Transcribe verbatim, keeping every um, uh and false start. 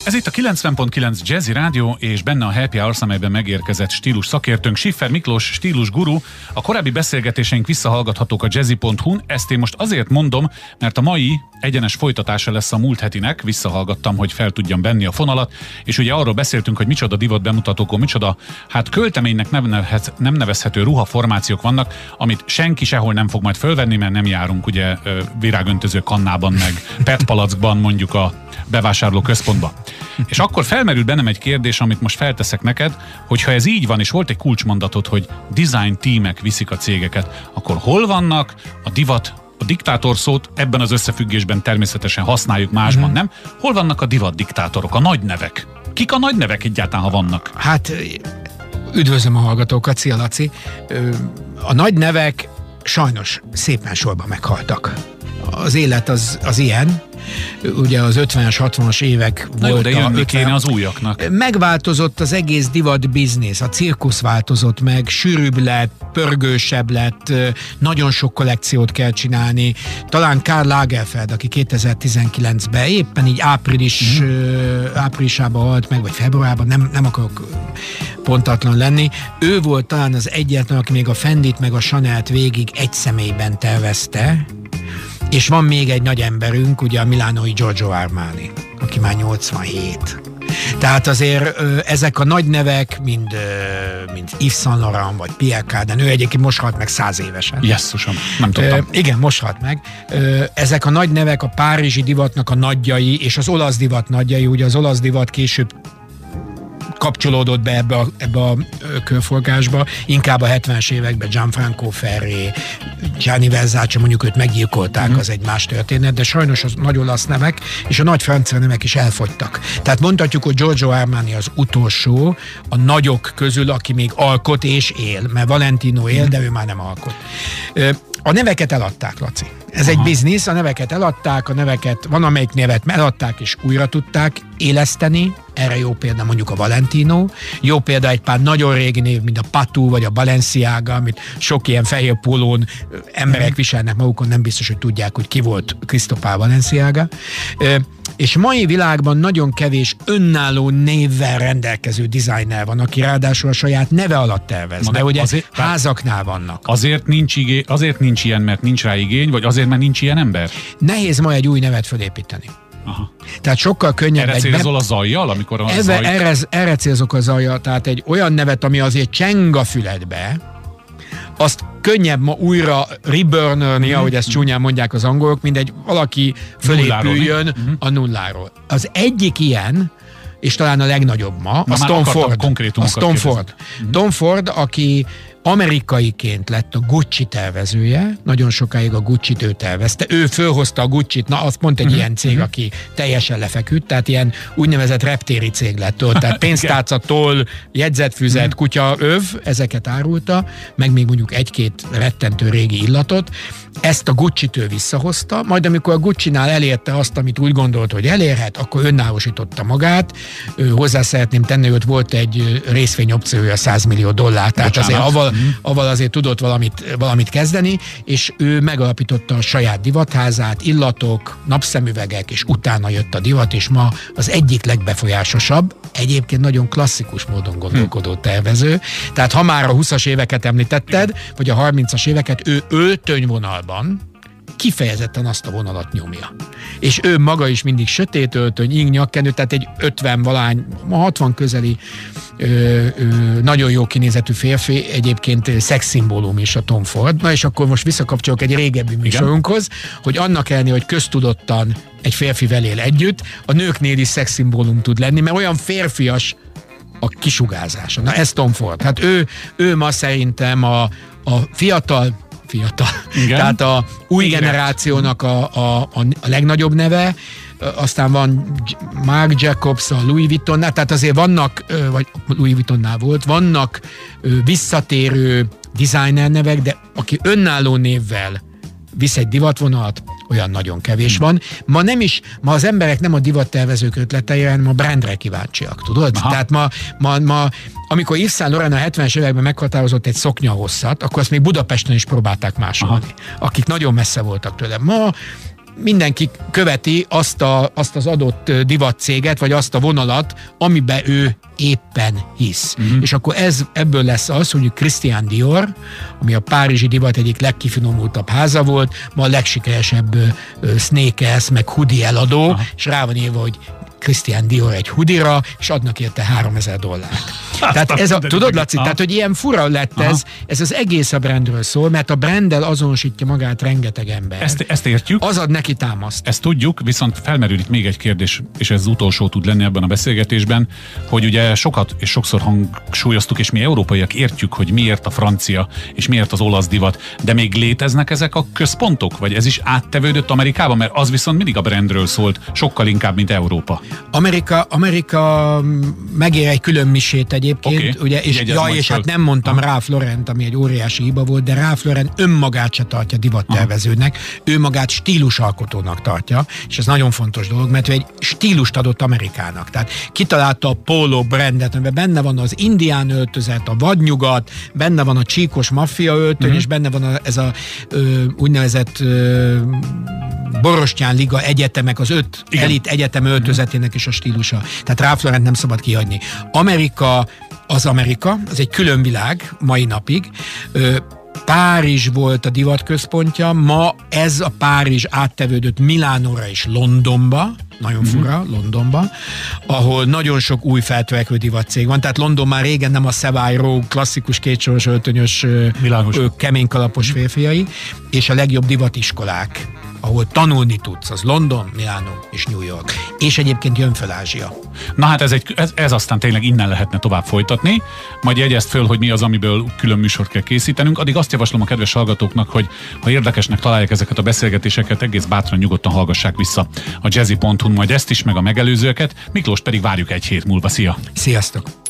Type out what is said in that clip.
Ez itt a kilencven pont kilenc Jazzy Rádió, és benne a Happy Hours, amelyben megérkezett stílus szakértőnk, Schiffer Miklós, stílus guru. A korábbi beszélgetéseink visszahallgathatók a jazzy pont hu-n. Ezt én most azért mondom, mert a mai egyenes folytatása lesz a múlt hetinek. Visszahallgattam, hogy fel tudjam venni a fonalat, és ugye arról beszéltünk, hogy micsoda divat bemutatókon, micsoda, hát költeménynek nem, nevezhet, nem nevezhető ruhaformációk vannak, amit senki sehol nem fog majd fölvenni, mert nem járunk ugye virágöntöző kannában, meg petpalackban mondjuk a bevásárló központba. És akkor felmerült bennem egy kérdés, amit most felteszek neked, hogyha ez így van, és volt egy kulcsmondatod, hogy design teamek viszik a cégeket, akkor hol vannak a divat, a diktátor szót ebben az összefüggésben természetesen használjuk, másban mm-hmm. nem. Hol vannak a divat diktátorok, a nagy nevek? Kik a nagy nevek egyáltalán, ha vannak? Hát, üdvözlöm a hallgatókat, szia Laci. A nagy nevek sajnos szépen sorban meghaltak. Az élet az, az ilyen. Ugye az ötvenes, hatvanas évek Na volt. Jó, de jönni kéne az újaknak. Megváltozott az egész divat biznisz, a cirkusz változott meg, sűrűbb lett, pörgősebb lett, nagyon sok kollekciót kell csinálni. Talán Karl Lagerfeld, aki kétezer-tizenkilencben éppen így április, mm. áprilisában halt meg, vagy februárban, nem, nem akarok pontatlan lenni. Ő volt talán az egyetlen, aki még a Fendit meg a Chanelt végig egy személyben tervezte. És van még egy nagy emberünk, ugye a milánói Giorgio Armani, aki már nyolcvanhét. Tehát azért ö, ezek a nagy nevek, mint, ö, mint Yves Saint Laurent, vagy Pierre Cardin, ő egyébként most halt meg száz évesen. Jesszusom, nem tudtam. Ö, igen, most halt meg. Ö, ezek a nagy nevek a párizsi divatnak a nagyjai, és az olasz divat nagyjai, ugye az olasz divat később kapcsolódott be ebbe a, ebbe a körforgásba, inkább a hetvenes években Gianfranco Ferré, Gianni Versace, mondjuk őt meggyilkolták, mm. az egy más történet, de sajnos az nagy olasz nevek, és a nagy francia nevek is elfogytak. Tehát mondhatjuk, hogy Giorgio Armani az utolsó a nagyok közül, aki még alkot és él, mert Valentino él, mm. de ő már nem alkot. A neveket eladták, Laci. Ez Aha. egy biznisz, a neveket eladták, a neveket, van amelyik nevet eladták és újra tudták éleszteni, erre jó példa mondjuk a Valentino, jó példa egy pár nagyon régi név, mint a Patou vagy a Balenciaga, amit sok ilyen fehér pólón emberek viselnek magukon, nem biztos, hogy tudják, hogy ki volt Cristobal Balenciaga. És mai világban nagyon kevés önálló névvel rendelkező designer van, aki ráadásul a saját neve alatt tervez, mert ugye azért, házaknál vannak. Azért nincs, igé, azért nincs ilyen, mert nincs rá igény, vagy azért, mert nincs ilyen ember? Nehéz ma egy új nevet fölépíteni. Aha. Tehát sokkal könnyebb. Erre célzol a zajjal, amikor a Eve, zaj... erre, erre célzok a zajjal, tehát egy olyan nevet, ami azért cseng a füledbe, azt könnyebb ma újra reburnölni, mm-hmm. ahogy ezt csúnyán mondják az angolok, mint egy valaki fölépüljön mm-hmm. a nulláról. Az egyik ilyen, és talán a legnagyobb ma, Na, a Tom Ford. A Tom Ford. Mm-hmm. Tom Ford, aki amerikaiként lett a Gucci tervezője, nagyon sokáig a Gucci-t ő tervezte, ő fölhozta a Gucci-t, na azt pont egy mm-hmm. ilyen cég, aki teljesen lefeküdt, tehát ilyen úgynevezett reptéri cég lett ott, tehát pénztárca, toll, jegyzetfüzet, mm-hmm. kutya, öv, ezeket árulta, meg még mondjuk egy-két rettentő régi illatot. Ezt a Gucci-t ő visszahozta, majd amikor a Gucci-nál elérte azt, amit úgy gondolt, hogy elérhet, akkor önállósította magát. Ő, hozzá szeretném tenni, hogy ott volt egy részvényopciója száz millió dollár, tehát azért avval, avval azért tudott valamit, valamit kezdeni, és ő megalapította a saját divatházát, illatok, napszemüvegek, és utána jött a divat, és ma az egyik legbefolyásosabb, egyébként nagyon klasszikus módon gondolkodó tervező. Tehát ha már a húszas éveket említetted, vagy a harmincas éveket, ő öltönyvonalban kifejezetten azt a vonalat nyomja. És ő maga is mindig sötét öltöny, ing, nyakkenő, tehát egy ötven valány, hatvan közeli ö, ö, nagyon jó kinézetű férfi, egyébként szexszimbólum is a Tom Ford. Na és akkor most visszakapcsolok egy régebbi műsorunkhoz, hogy annak ellenére, hogy köztudottan egy férfivel él együtt, a nőknél is szexszimbólum tud lenni, mert olyan férfias a kisugázása. Na ez Tom Ford. Hát ő, ő ma szerintem a, a fiatal fiatal. Igen. Tehát a új Igen. generációnak a, a, a legnagyobb neve, aztán van Marc Jacobs, a Louis Vuittonnál, tehát azért vannak, vagy Louis Vuittonnál volt, vannak visszatérő designer nevek, de aki önálló névvel visz egy divatvonalat, olyan nagyon kevés hmm. van. Ma nem is, ma az emberek nem a divattervezők ötleteire, hanem a brandre kíváncsiak, tudod? Aha. Tehát ma, ma, ma amikor Yves Saint Laurent a hetvenes években meghatározott egy szoknya hosszat, akkor azt még Budapesten is próbálták másolni, Aha. akik nagyon messze voltak tőle. Ma mindenki követi azt, a, azt az adott divatcéget, vagy azt a vonalat, amiben ő éppen hisz. Uh-huh. És akkor ez, ebből lesz az, hogy Christian Dior, ami a párizsi divat egyik legkifinomultabb háza volt, ma a legsikeresebb uh, sneakers, meg hoodie eladó, aha, és rá van írva, hogy Christian Dior egy hudira, és adnak érte háromezer dollárt. Tehát ez a, tudod, Laci, tehát, hogy ilyen fura lett ez, ez az egész a brandről szól, mert a branddel azonosítja magát rengeteg ember. Ezt, ezt értjük. Az ad neki támaszt. Ezt tudjuk, viszont felmerül itt még egy kérdés, és ez az utolsó tud lenni ebben a beszélgetésben, hogy ugye sokat és sokszor hangsúlyoztuk, és mi európaiak értjük, hogy miért a francia, és miért az olasz divat, de még léteznek ezek a központok, vagy ez is áttevődött Amerikába, mert az viszont mindig a brandről szólt, sokkal inkább, mint Európa. Amerika, Amerika megér egy külön misét egyébként, okay, ugye, és, jaj, és hát nem mondtam ah. Ralph Lauren, ami egy óriási hiba volt, de Ralph Lauren önmagát se tartja divattervezőnek, ő magát stílusalkotónak tartja, és ez nagyon fontos dolog, mert ő egy stílust adott Amerikának. Tehát kitalálta a polo brandet, amiben benne van az indián öltözet, a vadnyugat, benne van a csíkos maffia öltöny, mm-hmm. és benne van a, ez a ö, úgynevezett ö, Borostyán Liga egyetemek, az öt igen, elit egyetem öltözetének is a stílusa. Tehát Ralph Lauren nem szabad kihagyni. Amerika az Amerika, az egy külön világ mai napig. Ö, Párizs volt a divatközpontja, ma ez a Párizs áttevődött Milánóra és Londonba, nagyon fura, mm-hmm. Londonba, ahol nagyon sok új feltörekvő divatcég van. Tehát London már régen nem a Savile Row klasszikus kétsoros öltönyös, kemény kalapos férfiai, és a legjobb divatiskolák, ahol tanulni tudsz, az London, Milánó és New York. És egyébként jön fel Ázsia. Na hát ez, egy, ez, ez aztán tényleg innen lehetne tovább folytatni. Majd jegyezd föl, hogy mi az, amiből külön műsort kell készítenünk. Addig azt javaslom a kedves hallgatóknak, hogy ha érdekesnek találják ezeket a beszélgetéseket, egész bátran nyugodtan hallgassák vissza a jazzy pont hu-n majd ezt is, meg a megelőzőket. Miklós pedig várjuk egy hét múlva. Szia! Sziasztok!